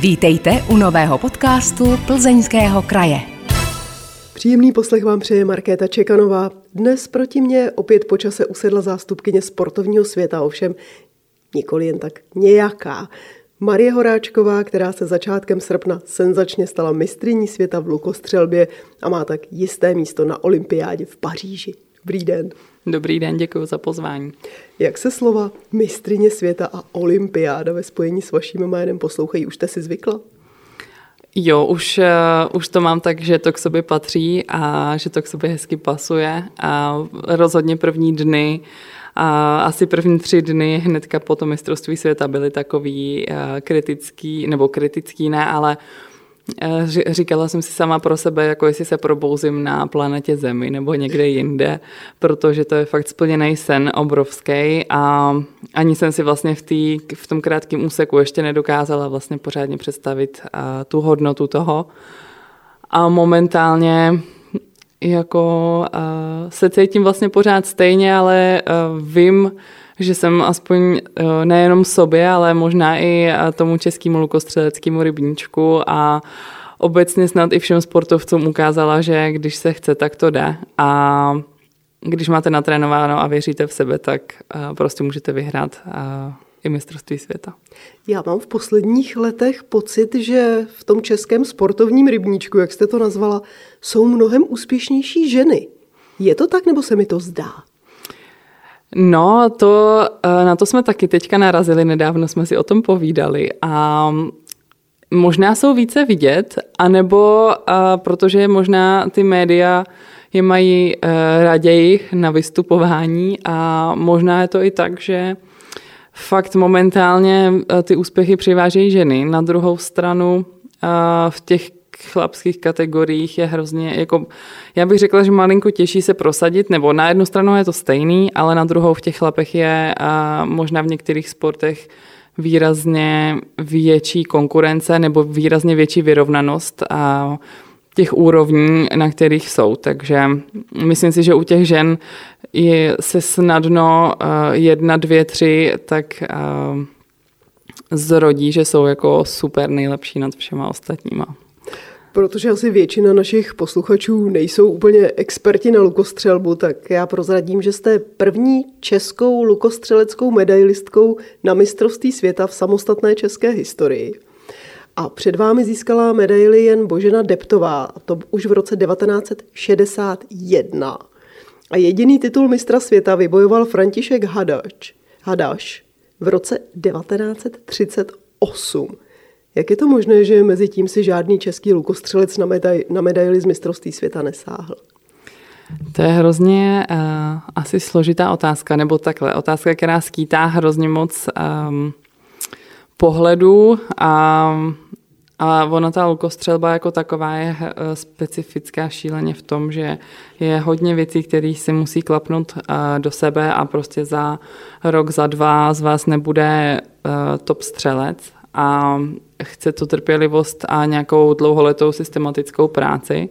Vítejte u nového podcastu Plzeňského kraje. Příjemný poslech vám přeje Markéta Čekanová. Dnes proti mně opět po čase usedla zástupkyně sportovního světa, ovšem nikoli jen tak nějaká. Marie Horáčková, která se začátkem srpna senzačně stala mistryní světa v lukostřelbě a má tak jisté místo na olympiádě v Paříži. Dobrý den. Dobrý den, děkuji za pozvání. Jak se slova mistryně světa a olympiáda ve spojení s vaším jménem poslouchají? Už jste si zvykla? Jo, už to mám tak, že to k sobě patří a že to k sobě hezky pasuje. A rozhodně první dny, asi první 3 dny hnedka po tom mistrovství světa byly takový kritický ne, ale říkala jsem si sama pro sebe, jako jestli se probouzím na planetě Zemi nebo někde jinde, protože to je fakt splněný sen obrovský a ani jsem si vlastně v tom krátkém úseku ještě nedokázala vlastně pořádně představit tu hodnotu toho. A momentálně jako se cítím vlastně pořád stejně, ale vím, že jsem aspoň nejenom sobě, ale možná i tomu českému lukostřeleckému rybníčku a obecně snad i všem sportovcům ukázala, že když se chce, tak to jde. A když máte natrénováno a věříte v sebe, tak prostě můžete vyhrát i mistrovství světa. Já mám v posledních letech pocit, že v tom českém sportovním rybníčku, jak jste to nazvala, jsou mnohem úspěšnější ženy. Je to tak, nebo se mi to zdá? No, na to jsme taky teďka narazili, nedávno jsme si o tom povídali a možná jsou více vidět, anebo protože možná ty média je mají raději na vystupování a možná je to i tak, že fakt momentálně ty úspěchy přivážejí ženy. Na druhou stranu v těch chlapských kategoriích je hrozně, jako já bych řekla, že malinko těžší se prosadit, nebo na jednu stranu je to stejný, ale na druhou v těch chlapech je možná v některých sportech výrazně větší konkurence nebo výrazně větší vyrovnanost a těch úrovní, na kterých jsou. Takže myslím si, že u těch žen se snadno 1, 2, 3 tak zrodí, že jsou jako super nejlepší nad všema ostatníma. Protože asi většina našich posluchačů nejsou úplně experti na lukostřelbu, tak já prozradím, že jste první českou lukostřeleckou medailistkou na mistrovství světa v samostatné české historii. A před vámi získala medaili jen Božena Deptová, a to už v roce 1961. A jediný titul mistra světa vybojoval František Hadaš v roce 1938. Jak je to možné, že mezi tím si žádný český lukostřelec na medaili z mistrovství světa nesáhl? To je hrozně asi složitá otázka, nebo takhle. Otázka, která skýtá hrozně moc pohledů a ona ta lukostřelba jako taková je specifická šíleně v tom, že je hodně věcí, které si musí klapnout do sebe a prostě za rok, za 2 z vás nebude top střelec a chce to trpělivost a nějakou dlouholetou systematickou práci.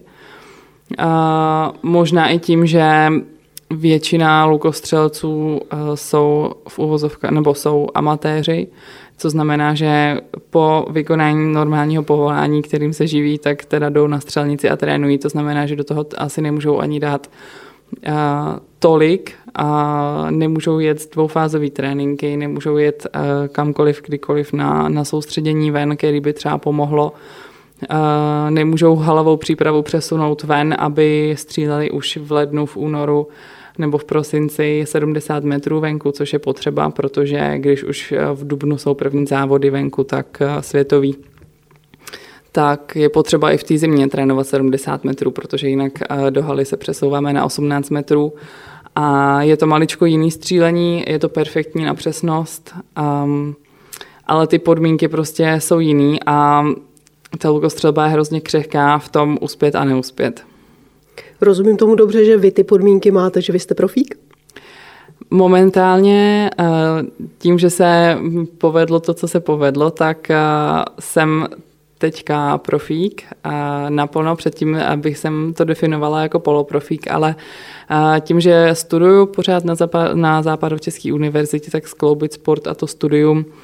Možná i tím, že většina lukostřelců jsou v uvozovkách nebo jsou amatéři, co znamená, že po vykonání normálního povolání, kterým se živí, tak teda jdou na střelnici a trénují. To znamená, že do toho asi nemůžou ani dát tolik a nemůžou jet dvoufázové tréninky, nemůžou jet kamkoliv, kdykoliv na soustředění ven, který by třeba pomohlo. Nemůžou halovou přípravu přesunout ven, aby stříleli už v lednu, v únoru nebo v prosinci 70 metrů venku, což je potřeba, protože když už v dubnu jsou první závody venku, tak světový, tak je potřeba i v té zimě trénovat 70 metrů, protože jinak do haly se přesouváme na 18 metrů a je to maličko jiný střílení, je to perfektní na přesnost, ale ty podmínky prostě jsou jiný a ta lukostřelba je hrozně křehká v tom uspět a neuspět. Rozumím tomu dobře, že vy ty podmínky máte, že vy jste profík? Momentálně tím, že se povedlo to, co se povedlo, tak jsem teďka profík naplno, předtím abych jsem to definovala jako poloprofík, ale tím, že studuju pořád na Západočeské univerzitě, tak skloubit sport a to studium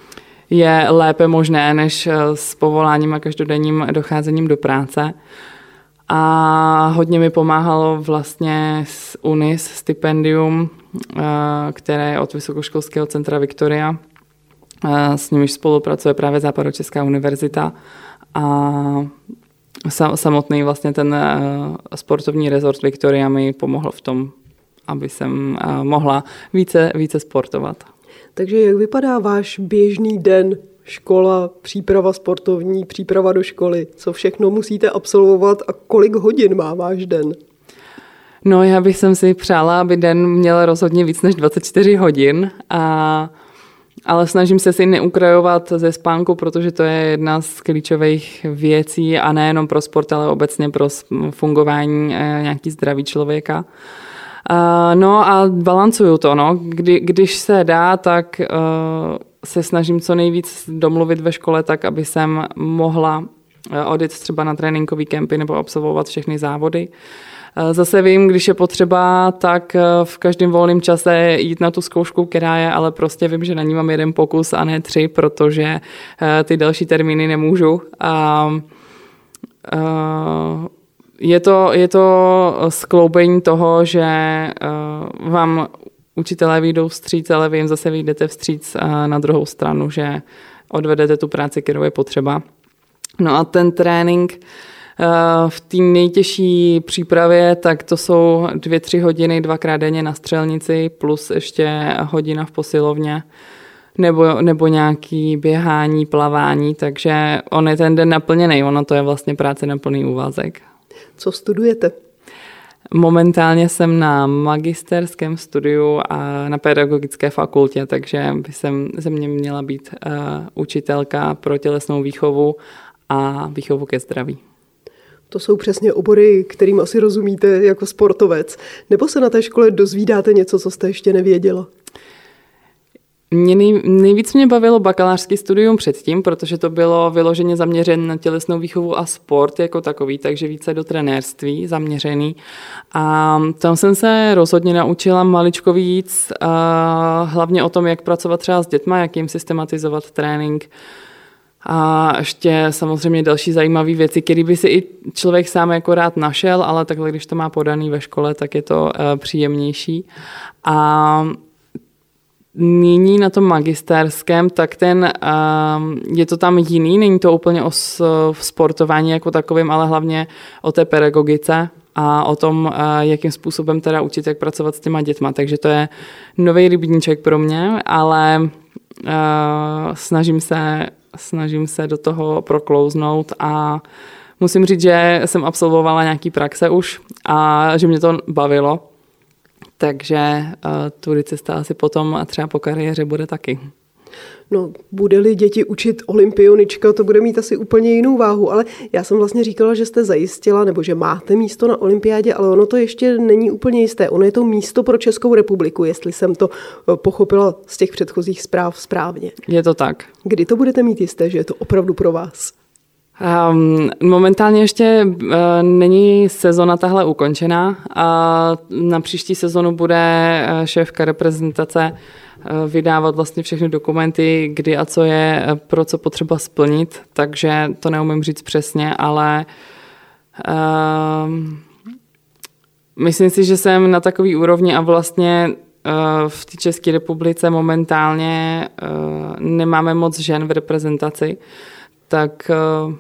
je lépe možné než s povoláním a každodenním docházením do práce. A hodně mi pomáhalo vlastně z UNIS stipendium, které je od Vysokoškolského centra Victoria. S nimiž spolupracuje právě Západočeská univerzita a samotný vlastně ten sportovní rezort Victoria mi pomohl v tom, aby jsem mohla více sportovat. Takže jak vypadá váš běžný den? Škola, příprava sportovní, příprava do školy. Co všechno musíte absolvovat a kolik hodin má váš den? No, já bych si přála, aby den měl rozhodně víc než 24 hodin, ale snažím se si neukrajovat ze spánku, protože to je jedna z klíčových věcí a nejenom pro sport, ale obecně pro fungování nějaký zdraví člověka. No a balancuju to, no. Když se dá, tak se snažím co nejvíc domluvit ve škole tak, aby jsem mohla odjet třeba na tréninkový kempy nebo absolvovat všechny závody. Zase vím, když je potřeba, tak v každém volném čase jít na tu zkoušku, která je, ale prostě vím, že na ní mám jeden pokus a ne 3, protože ty další termíny nemůžu. Je to skloubení toho, že vám učitelé vyjdou vstříc, ale vy jim zase vyjdete vstříc na druhou stranu, že odvedete tu práci, kterou je potřeba. No a ten trénink v té nejtěžší přípravě, tak to jsou 2-3 hodiny 2krát denně na střelnici plus ještě hodina v posilovně nebo nějaký běhání, plavání, takže on je ten den naplněný, ono to je vlastně práce na plný úvazek. Co studujete? Momentálně jsem na magisterském studiu a na pedagogické fakultě, takže by ze mě měla být učitelka pro tělesnou výchovu a výchovu ke zdraví. To jsou přesně obory, kterým asi rozumíte jako sportovec. Nebo se na té škole dozvídáte něco, co jste ještě nevěděla? Nejvíc mě bavilo bakalářský studium předtím, protože to bylo vyloženě zaměřené na tělesnou výchovu a sport jako takový, takže více do trenérství zaměřený. A tam jsem se rozhodně naučila maličko víc, hlavně o tom, jak pracovat třeba s dětma, jak jim systematizovat trénink. A ještě samozřejmě další zajímavé věci, které by si i člověk sám jako rád našel, ale takhle, když to má podaný ve škole, tak je to příjemnější. A nyní na tom magisterském, tak je to tam jiný, není to úplně o sportování jako takovým, ale hlavně o té pedagogice a o tom, jakým způsobem teda učit, jak pracovat s těma dětma. Takže to je nový rybníček pro mě, ale snažím se do toho proklouznout a musím říct, že jsem absolvovala nějaký praxe už a že mě to bavilo. Takže tudy cesta asi potom a třeba po kariéře bude taky. No, bude-li děti učit olympionička, to bude mít asi úplně jinou váhu, ale já jsem vlastně říkala, že jste zajistila, nebo že máte místo na olympiádě, ale ono to ještě není úplně jisté. Ono je to místo pro Českou republiku, jestli jsem to pochopila z těch předchozích zpráv správně. Je to tak. Kdy to budete mít jisté, že je to opravdu pro vás? Momentálně ještě není sezona tahle ukončená a na příští sezonu bude šéfka reprezentace vydávat vlastně všechny dokumenty, kdy a co je, pro co potřeba splnit, takže to neumím říct přesně, ale myslím si, že jsem na takový úrovni a vlastně v té České republice momentálně nemáme moc žen v reprezentaci, tak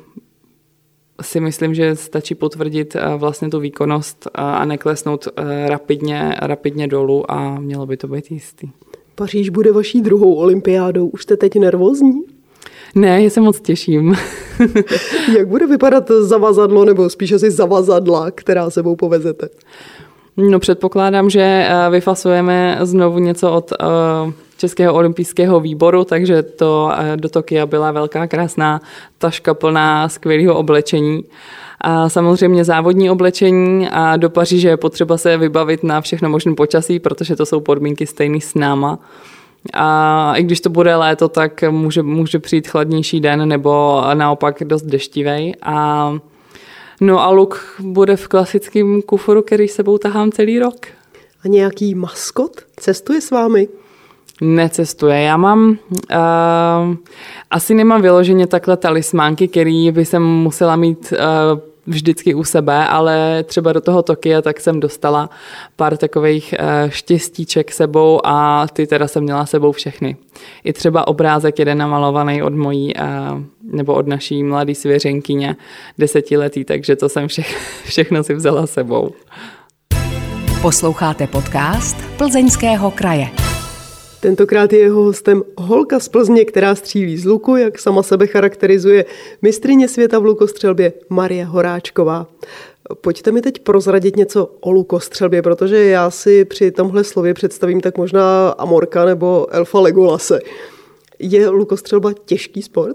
si myslím, že stačí potvrdit vlastně tu výkonnost a neklesnout rapidně dolů a mělo by to být jistý. Paříž bude vaší druhou olympiádou. Už jste teď nervózní? Ne, já se moc těším. Jak bude vypadat zavazadlo, nebo spíš asi zavazadla, která sebou povezete? No, předpokládám, že vyfasujeme znovu něco od Českého olympijského výboru, takže to do Tokia byla velká krásná taška plná skvělého oblečení. A samozřejmě závodní oblečení a do Paříže je potřeba se vybavit na všechno možné počasí, protože to jsou podmínky stejný s náma. A i když to bude léto, tak může přijít chladnější den nebo naopak dost deštivej. No a luk bude v klasickém kufru, který sebou tahám celý rok. A nějaký maskot cestuje s vámi? necestuje. Já mám, asi nemám vyloženě takhle talismánky, který by jsem musela mít vždycky u sebe, ale třeba do toho Tokia tak jsem dostala pár takových štěstíček sebou a ty teda jsem měla sebou všechny. I třeba obrázek jeden namalovaný od mojí, nebo od naší mladé svěřenkyně 10letý, takže to jsem všechno si vzala sebou. Posloucháte podcast Plzeňského kraje. Tentokrát je jeho hostem holka z Plzně, která střílí z luku, jak sama sebe charakterizuje mistryně světa v lukostřelbě Marie Horáčková. Pojďte mi teď prozradit něco o lukostřelbě, protože já si při tomhle slově představím tak možná Amorka nebo elfa Legolase. Je lukostřelba těžký sport?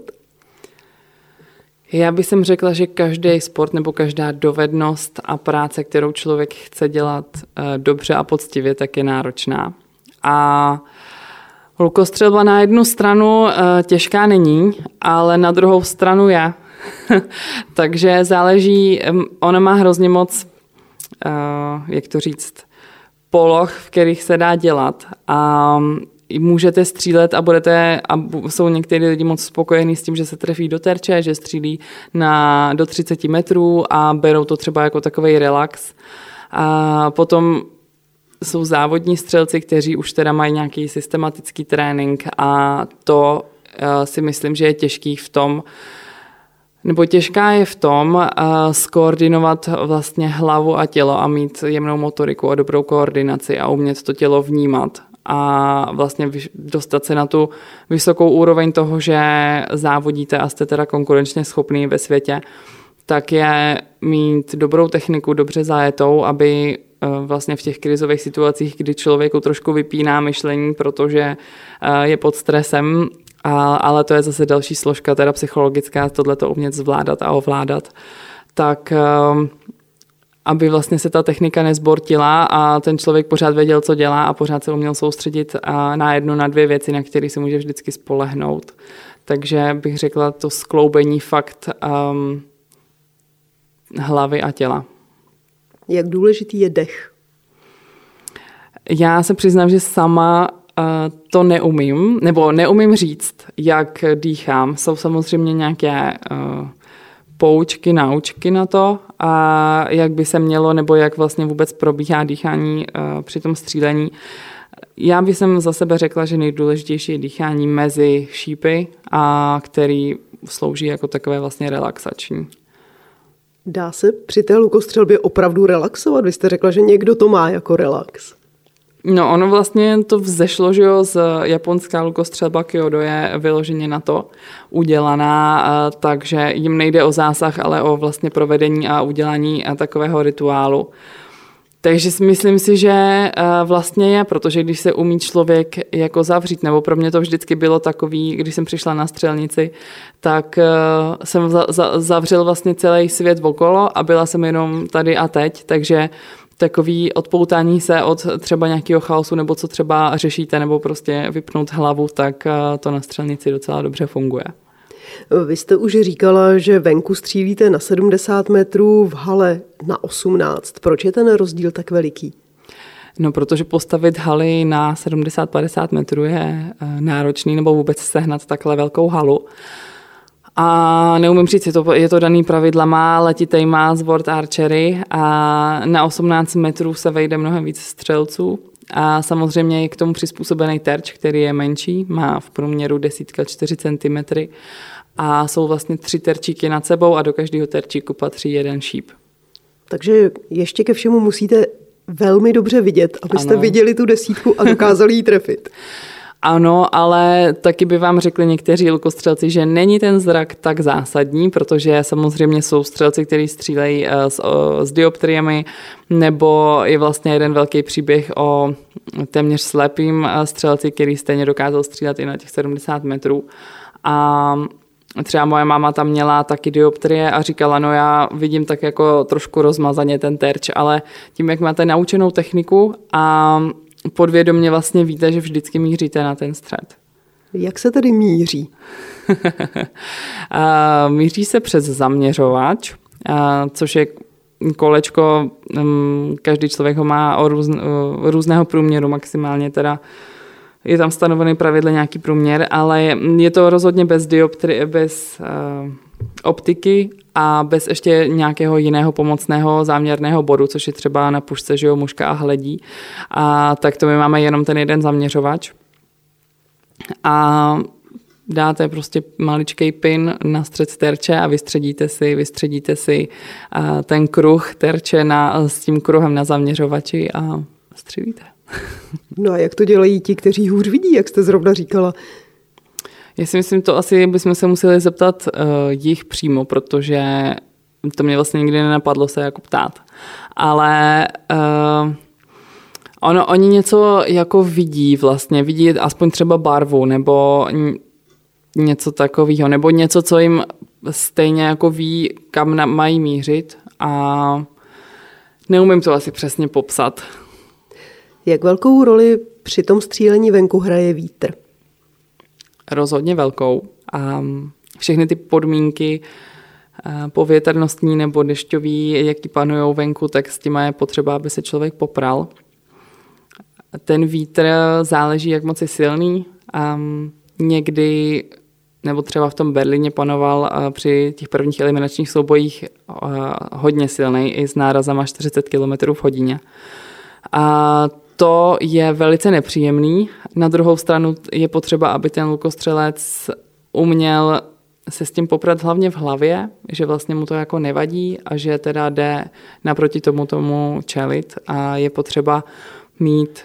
Já bych řekla, že každý sport nebo každá dovednost a práce, kterou člověk chce dělat dobře a poctivě, tak je náročná. A lukostřelba na jednu stranu těžká není, ale na druhou stranu je. Takže záleží, ona má hrozně moc, jak to říct, poloh, v kterých se dá dělat. A můžete střílet a jsou někteří lidi moc spokojení s tím, že se trefí do terče, že střílí do 30 metrů a berou to třeba jako takovej relax. A potom jsou závodní střelci, kteří už teda mají nějaký systematický trénink a to si myslím, že je těžký v tom, nebo těžká je v tom skoordinovat vlastně hlavu a tělo a mít jemnou motoriku a dobrou koordinaci a umět to tělo vnímat a vlastně dostat se na tu vysokou úroveň toho, že závodíte a jste teda konkurenčně schopný ve světě, tak je mít dobrou techniku, dobře zajetou, aby vlastně v těch krizových situacích, kdy člověku trošku vypíná myšlení, protože je pod stresem, ale to je zase další složka, teda psychologická, tohleto umět zvládat a ovládat, tak aby vlastně se ta technika nezbortila a ten člověk pořád věděl, co dělá a pořád se uměl soustředit na jednu, na dvě věci, na které si může vždycky spolehnout. Takže bych řekla to skloubení fakt hlavy a těla. Jak důležitý je dech? Já se přiznám, že sama to neumím, nebo neumím říct, jak dýchám. Jsou samozřejmě nějaké poučky, naučky na to, a jak by se mělo, nebo jak vlastně vůbec probíhá dýchání při tom střílení. Já bych za sebe řekla, že nejdůležitější je dýchání mezi šípy, a který slouží jako takové vlastně relaxační. Dá se při té lukostřelbě opravdu relaxovat? Vy jste řekla, že někdo to má jako relax. No, ono vlastně to vzešlo, že jo, z japonská lukostřelba Kyodo je vyloženě na to udělaná, takže jim nejde o zásah, ale o vlastně provedení a udělání takového rituálu. Takže myslím si, že vlastně je, protože když se umí člověk jako zavřít, nebo pro mě to vždycky bylo takový, když jsem přišla na střelnici, tak jsem zavřel vlastně celý svět okolo a byla jsem jenom tady a teď, takže takový odpoutání se od třeba nějakého chaosu, nebo co třeba řešíte, nebo prostě vypnout hlavu, tak to na střelnici docela dobře funguje. Vy jste už říkala, že venku střílíte na 70 metrů, v hale na 18. Proč je ten rozdíl tak veliký? No, protože postavit haly na 70-50 metrů je náročný, nebo vůbec sehnat takhle velkou halu. A neumím říct, je to daný pravidlama, letitejma z World Archery a na 18 metrů se vejde mnohem víc střelců. A samozřejmě je k tomu přizpůsobený terč, který je menší, má v průměru 4 cm a jsou vlastně 3 terčíky nad sebou a do každého terčíku patří jeden šíp. Takže ještě ke všemu musíte velmi dobře vidět, abyste viděli tu desítku a dokázali ji trefit. Ano, ale taky by vám řekli někteří lukostřelci, že není ten zrak tak zásadní, protože samozřejmě jsou střelci, kteří střílejí s dioptriemi, nebo je vlastně jeden velký příběh o téměř slepým střelci, který stejně dokázal střílet i na těch 70 metrů. A třeba moje máma tam měla taky dioptrie a říkala, no já vidím tak jako trošku rozmazaně ten terč, ale tím, jak máte naučenou techniku a podvědomě vlastně víte, že vždycky míříte na ten střed. Jak se tedy míří? Míří se přes zaměřovač, což je kolečko, každý člověk ho má o různého průměru, maximálně teda je tam stanovený pravidle nějaký průměr, ale je to rozhodně bez optiky a bez ještě nějakého jiného pomocného záměrného bodu, což je třeba na pušce, že jo, mužka a hledí. A tak to my máme jenom ten jeden zaměřovač. A dáte prostě maličkej pin na střed terče a vystředíte si ten kruh terče s tím kruhem na zaměřovači a střílíte. No a jak to dělají ti, kteří hůř vidí, jak jste zrovna říkala? Já si myslím, to asi bychom se museli zeptat jich přímo, protože to mě vlastně nikdy nenapadlo se jako ptát. Ale oni něco jako vidí aspoň třeba barvu nebo něco takového, nebo něco, co jim stejně jako ví, kam mají mířit a neumím to asi přesně popsat. Jak velkou roli při tom střílení venku hraje vítr? Rozhodně velkou. A všechny ty podmínky povětrnostní nebo dešťový, jaký panují venku, tak s tím je potřeba, aby se člověk popral. Ten vítr záleží, jak moc je silný. Někdy, nebo třeba v tom Berlíně panoval při těch prvních eliminačních soubojích hodně silný, i s nárazama 40 km v hodině. A to je velice nepříjemný. Na druhou stranu je potřeba, aby ten lukostřelec uměl se s tím poprat hlavně v hlavě, že vlastně mu to jako nevadí a že teda jde naproti tomu čelit a je potřeba mít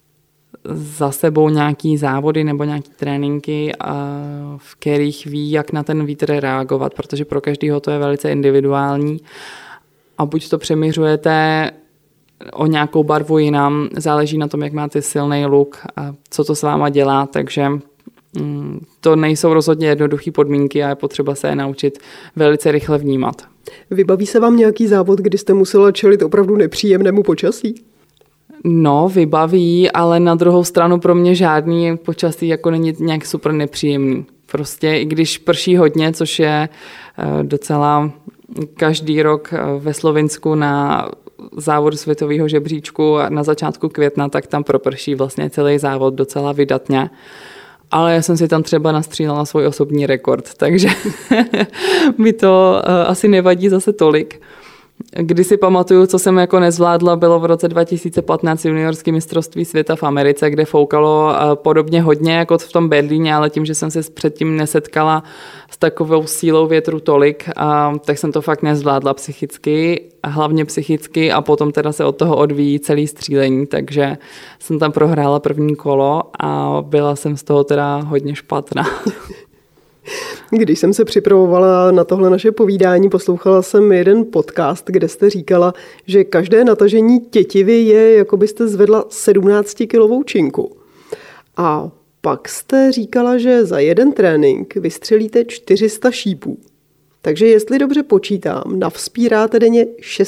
za sebou nějaký závody nebo nějaký tréninky, v kterých ví, jak na ten vítr reagovat, protože pro každého to je velice individuální a buď to přeměřujete o nějakou barvu jinam, záleží na tom, jak máte silný luk a co to s váma dělá, takže to nejsou rozhodně jednoduché podmínky a je potřeba se je naučit velice rychle vnímat. Vybaví se vám nějaký závod, kdy jste musela čelit opravdu nepříjemnému počasí? No, vybaví, ale na druhou stranu pro mě žádný počasí jako není nějak super nepříjemný. Prostě i když prší hodně, což je docela každý rok ve Slovinsku na závodu světového žebříčku na začátku května, tak tam proprší vlastně celý závod docela vydatně. Ale já jsem si tam třeba nastřílela svůj osobní rekord, takže mi to asi nevadí zase tolik. Když si pamatuju, co jsem jako nezvládla, bylo v roce 2015 juniorské mistrovství světa v Americe, kde foukalo podobně hodně jako v tom Berlíně, ale tím, že jsem se předtím nesetkala s takovou sílou větru tolik, tak jsem to fakt nezvládla psychicky, hlavně psychicky a potom teda se od toho odvíjí celý střílení, takže jsem tam prohrála první kolo a byla jsem z toho teda hodně špatná. Když jsem se připravovala na tohle naše povídání, poslouchala jsem jeden podcast, kde jste říkala, že každé natažení tětivy je, jako byste zvedla 17kilovou činku. A pak jste říkala, že za jeden trénink vystřelíte 400 šípů. Takže jestli dobře počítám, navzpíráte denně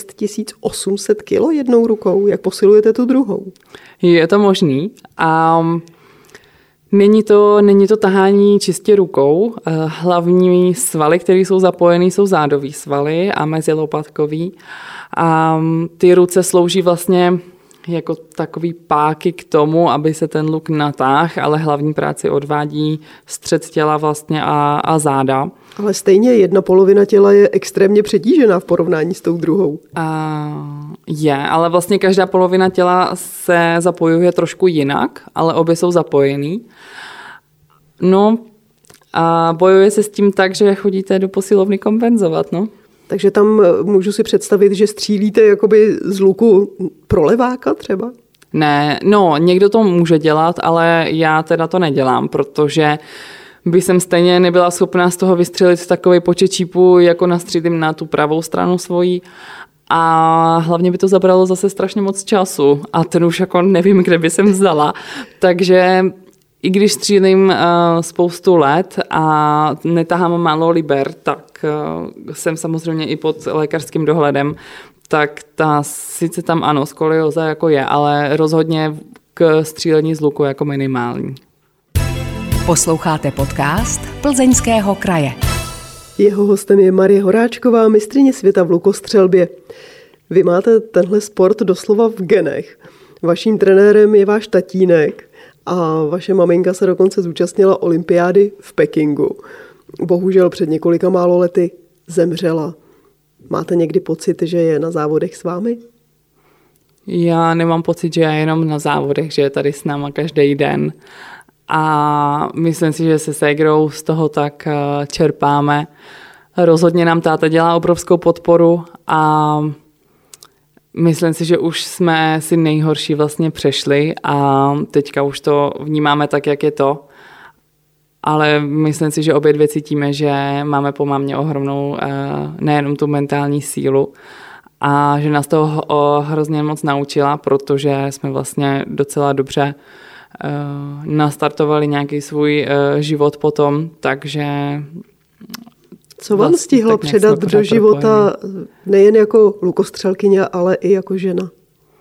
6800 kilo jednou rukou. Jak posilujete tu druhou? Je to možný. Není to tahání čistě rukou. Hlavní svaly, které jsou zapojené, jsou zádový svaly a mezilopatkový. A ty ruce slouží vlastně jako takový páky k tomu, aby se ten luk natáhl, ale hlavní práci odvádí střed těla vlastně a záda. Ale stejně jedna polovina těla je extrémně přetížená v porovnání s tou druhou. Ale vlastně každá polovina těla se zapojuje trošku jinak, ale obě jsou zapojený. No a bojuje se s tím tak, že chodíte do posilovny kompenzovat, no. Takže tam můžu si představit, že střílíte jakoby z luku pro leváka třeba? Ne, no někdo to může dělat, ale já teda to nedělám, protože by jsem stejně nebyla schopná z toho vystřelit takový počet šípů, jako nastřílím na tu pravou stranu svojí. A hlavně by to zabralo zase strašně moc času a ten už jako nevím, kde by jsem vzala. Takže i když střílím spoustu let a netahám málo liber, tak jsem samozřejmě i pod lékařským dohledem, tak sice tam ano, skolioza jako je, ale rozhodně k střílení z luku jako minimální. Posloucháte podcast Plzeňského kraje. Jeho hostem je Marie Horáčková, mistryně světa v lukostřelbě. Vy máte tenhle sport doslova v genech. Vaším trenérem je váš tatínek A vaše maminka se dokonce zúčastnila olympiády v Pekingu. Bohužel před několika málo lety zemřela. Máte někdy pocit, že je na závodech s vámi? Já nemám pocit, že je jenom na závodech, že je tady s náma každý den. A myslím si, že se ségrou z toho tak čerpáme. Rozhodně nám táta dělá obrovskou podporu a myslím si, že už jsme si nejhorší vlastně přešli a teďka už to vnímáme tak, jak je to. Ale myslím si, že obě dvě cítíme, že máme po mámě ohromnou nejenom tu mentální sílu a že nás to hrozně moc naučila, protože jsme vlastně docela dobře nastartovali nějaký svůj život potom, takže... Co vám vlastně stihla předat do života nejen jako lukostřelkyně, ale i jako žena?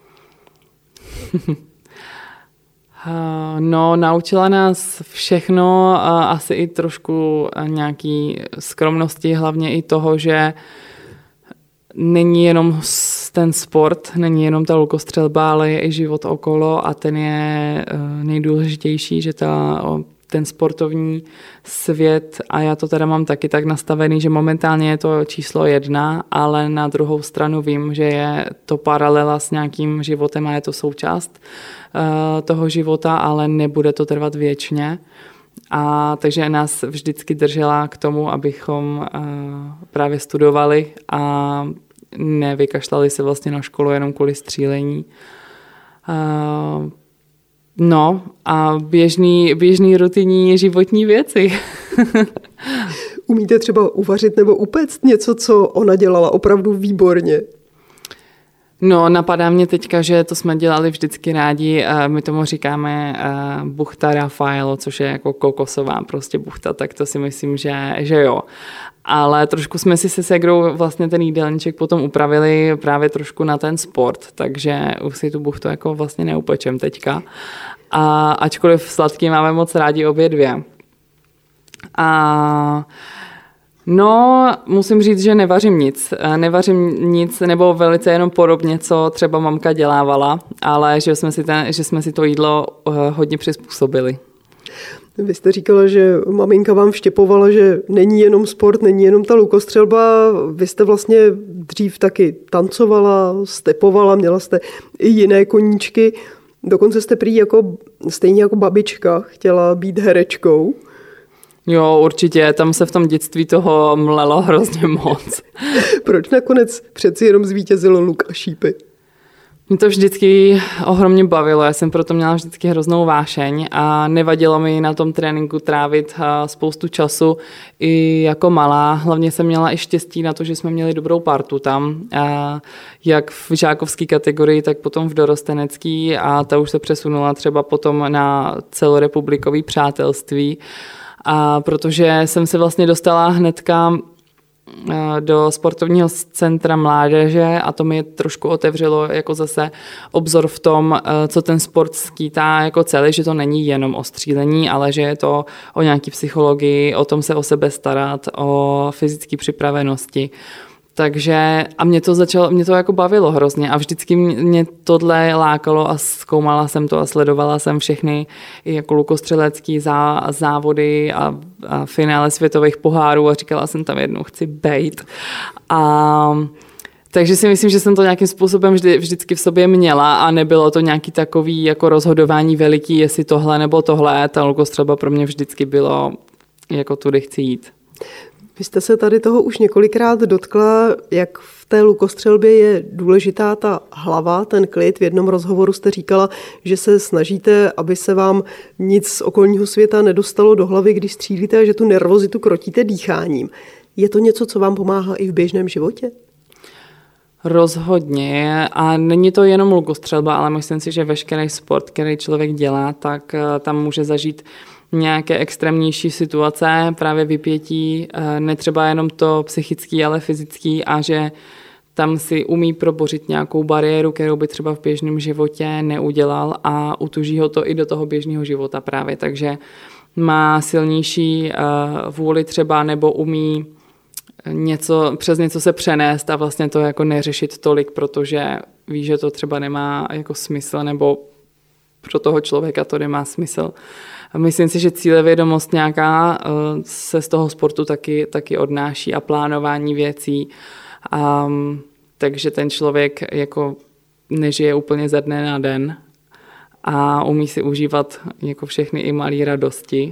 No, naučila nás všechno, asi i trošku nějaký skromnosti, hlavně i toho, že není jenom ten sport, není jenom ta lukostřelba, ale je i život okolo a ten je nejdůležitější, že ten sportovní svět, a já to teda mám taky tak nastavený, že momentálně je to číslo 1, ale na druhou stranu vím, že je to paralela s nějakým životem a je to součást toho života, ale nebude to trvat věčně. A takže nás vždycky držela k tomu, abychom právě studovali a nevykašlali se vlastně na školu jenom kvůli střílení. No a běžný rutinní životní věci. Umíte třeba uvařit nebo upéct něco, co ona dělala opravdu výborně? No, napadá mě teďka, že to jsme dělali vždycky rádi. My tomu říkáme buchta Raffaello, což je jako kokosová prostě buchta, tak to si myslím, že jo. Ale trošku jsme si se ségrou vlastně ten jídelníček potom upravili právě trošku na ten sport, takže už si tu buchtu jako vlastně neupečem teďka. A ačkoliv sladký máme moc rádi obě dvě. A no, musím říct, že nevařím nic, nebo velice jenom podobně, co třeba mamka dělávala, ale že jsme si to jídlo hodně přizpůsobili. Vy jste říkala, že maminka vám vštěpovala, že není jenom sport, není jenom ta lukostřelba. Vy jste vlastně dřív taky tancovala, stepovala, měla jste i jiné koníčky. Dokonce jste prý stejně jako babička chtěla být herečkou. Jo, určitě, tam se v tom dětství toho mlelo hrozně moc. Proč nakonec přeci jenom zvítězilo luk a šípy? Mě to vždycky ohromně bavilo, já jsem proto měla vždycky hroznou vášeň a nevadilo mi na tom tréninku trávit spoustu času i jako malá. Hlavně jsem měla i štěstí na to, že jsme měli dobrou partu tam, jak v žákovské kategorii, tak potom v dorostenecký a ta už se přesunula třeba potom na celorepublikový přátelství. A protože jsem se vlastně dostala hnedka do sportovního centra mládeže a to mi trošku otevřelo jako zase obzor v tom, co ten sport skýtá jako celý, že to není jenom o střílení, ale že je to o nějaký psychologii, o tom se o sebe starat, o fyzické připravenosti. Takže a mě to jako bavilo hrozně a vždycky mě tohle lákalo a zkoumala jsem to a sledovala jsem všechny jako lukostřelecký závody a finále světových pohárů a říkala jsem tam jednou chci bejt. Takže si myslím, že jsem to nějakým způsobem vždycky v sobě měla a nebylo to nějaký takový jako rozhodování veliký, jestli tohle nebo tohle. Ta lukostřelba pro mě vždycky bylo jako tudy chci jít. Vy jste se tady toho už několikrát dotkla, jak v té lukostřelbě je důležitá ta hlava, ten klid. V jednom rozhovoru jste říkala, že se snažíte, aby se vám nic z okolního světa nedostalo do hlavy, když střílíte a že tu nervozitu krotíte dýcháním. Je to něco, co vám pomáhá i v běžném životě? Rozhodně a není to jenom lukostřelba, ale myslím si, že veškerý sport, který člověk dělá, tak tam může zažít nějaké extrémnější situace, právě vypětí, netřeba jenom to psychický, ale fyzický a že tam si umí probořit nějakou bariéru, kterou by třeba v běžném životě neudělal a utuží ho to i do toho běžného života právě, takže má silnější vůli třeba nebo umí přes něco se přenést a vlastně to jako neřešit tolik, protože ví, že to třeba nemá jako smysl nebo pro toho člověka to nemá smysl. Myslím si, že cílevědomost nějaká se z toho sportu taky odnáší a plánování věcí. Takže ten člověk jako nežije úplně ze dne na den a umí si užívat jako všechny i malé radosti.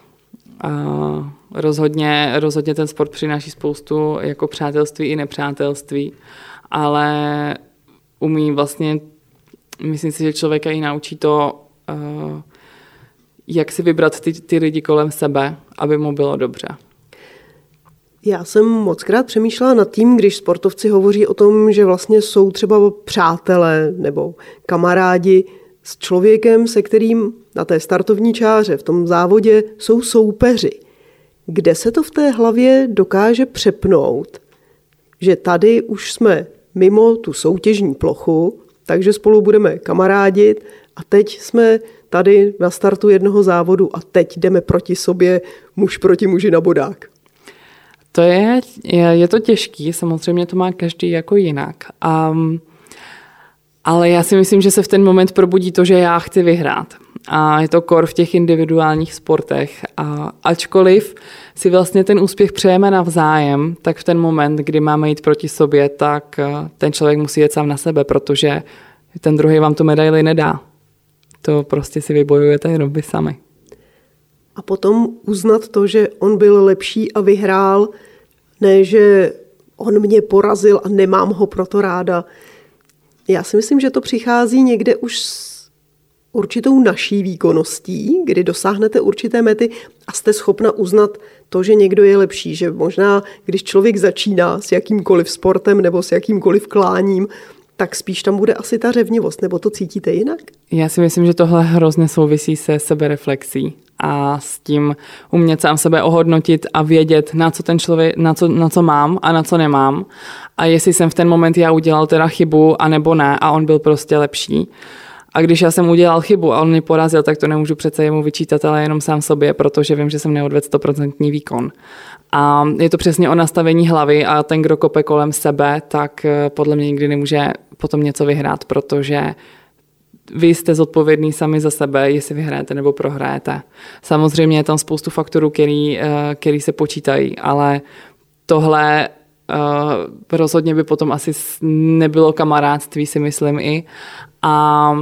Rozhodně ten sport přináší spoustu jako přátelství i nepřátelství, ale umí vlastně, myslím si, že člověka i naučí to, jak si vybrat ty lidi kolem sebe, aby mu bylo dobře. Já jsem mockrát přemýšlela nad tím, když sportovci hovoří o tom, že vlastně jsou třeba přátelé nebo kamarádi s člověkem, se kterým na té startovní čáře v tom závodě jsou soupeři. Kde se to v té hlavě dokáže přepnout, že tady už jsme mimo tu soutěžní plochu, takže spolu budeme kamarádit a teď jsme tady na startu jednoho závodu a teď jdeme proti sobě muž proti muži na bodák. To je to těžký, samozřejmě to má každý jako jinak. Ale já si myslím, že se v ten moment probudí to, že já chci vyhrát. A je to kor v těch individuálních sportech. A ačkoliv si vlastně ten úspěch přejeme navzájem, tak v ten moment, kdy máme jít proti sobě, tak ten člověk musí jet sám na sebe, protože ten druhý vám tu medaili nedá. To prostě si vybojujete jenom vy sami. A potom uznat to, že on byl lepší a vyhrál, ne, že on mě porazil a nemám ho proto ráda. Já si myslím, že to přichází někde už s určitou naší výkonností, kdy dosáhnete určité mety a jste schopna uznat to, že někdo je lepší. Že možná, když člověk začíná s jakýmkoliv sportem nebo s jakýmkoliv kláním, tak spíš tam bude asi ta řevnivost, nebo to cítíte jinak? Já si myslím, že tohle hrozně souvisí se sebereflexí a s tím umět sám sebe ohodnotit a vědět, na co ten člověk, na co mám a na co nemám. A jestli jsem v ten moment já udělal teda chybu, anebo ne, a on byl prostě lepší. A když já jsem udělal chybu a on mě porazil, tak to nemůžu přece jemu vyčítat, ale jenom sám sobě, protože vím, že jsem neodvedl 100% výkon. A je to přesně o nastavení hlavy a ten, kdo kope kolem sebe, tak podle mě nikdy nemůže potom něco vyhrát, protože vy jste zodpovědní sami za sebe, jestli vyhrajete nebo prohrajete. Samozřejmě je tam spoustu faktorů, který se počítají, ale tohle rozhodně by potom asi nebylo kamarádství, si myslím i. A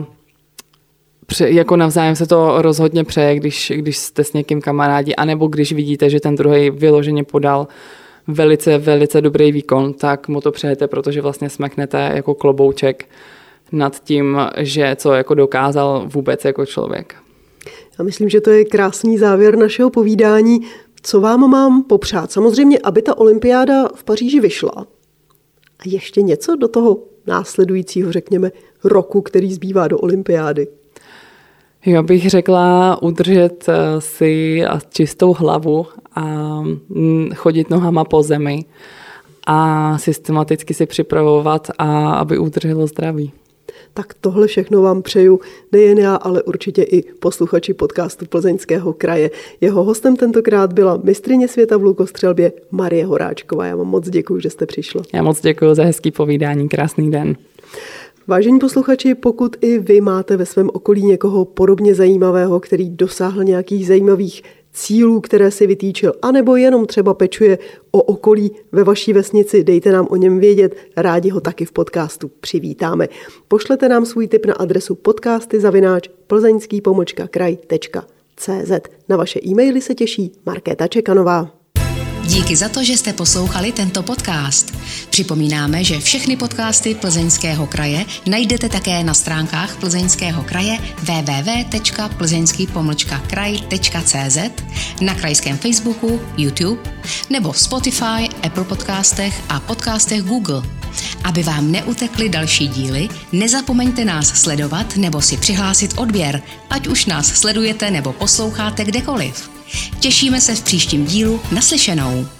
jako navzájem se to rozhodně přeje, když jste s někým kamarádi, anebo když vidíte, že ten druhý vyloženě podal velice, velice dobrý výkon, tak mu to přejete, protože vlastně smeknete jako klobouček nad tím, že co jako dokázal vůbec jako člověk. Já myslím, že to je krásný závěr našeho povídání. Co vám mám popřát? Samozřejmě, aby ta olympiáda v Paříži vyšla. A ještě něco do toho následujícího, řekněme, roku, který zbývá do olympiády. Já bych řekla udržet si čistou hlavu a chodit nohama po zemi a systematicky si připravovat, a aby udrželo zdraví. Tak tohle všechno vám přeju, nejen já, ale určitě i posluchači podcastu Plzeňského kraje. Jeho hostem tentokrát byla mistryně světa v lukostřelbě Marie Horáčková. Já vám moc děkuji, že jste přišla. Já moc děkuji za hezký povídání, krásný den. Vážení posluchači, pokud i vy máte ve svém okolí někoho podobně zajímavého, který dosáhl nějakých zajímavých cílů, které si vytýčil, anebo jenom třeba pečuje o okolí ve vaší vesnici, dejte nám o něm vědět, rádi ho taky v podcastu přivítáme. Pošlete nám svůj tip na adresu podcasty@plzeňský-kraj.cz. Na vaše e-maily se těší Markéta Čekanová. Díky za to, že jste poslouchali tento podcast. Připomínáme, že všechny podcasty Plzeňského kraje najdete také na stránkách Plzeňského kraje www.plzeňský-kraj.cz, na krajském Facebooku, YouTube nebo Spotify, Apple podcastech a podcastech Google. Aby vám neutekly další díly, nezapomeňte nás sledovat nebo si přihlásit odběr, ať už nás sledujete nebo posloucháte kdekoliv. Těšíme se v příštím dílu. Naslyšenou.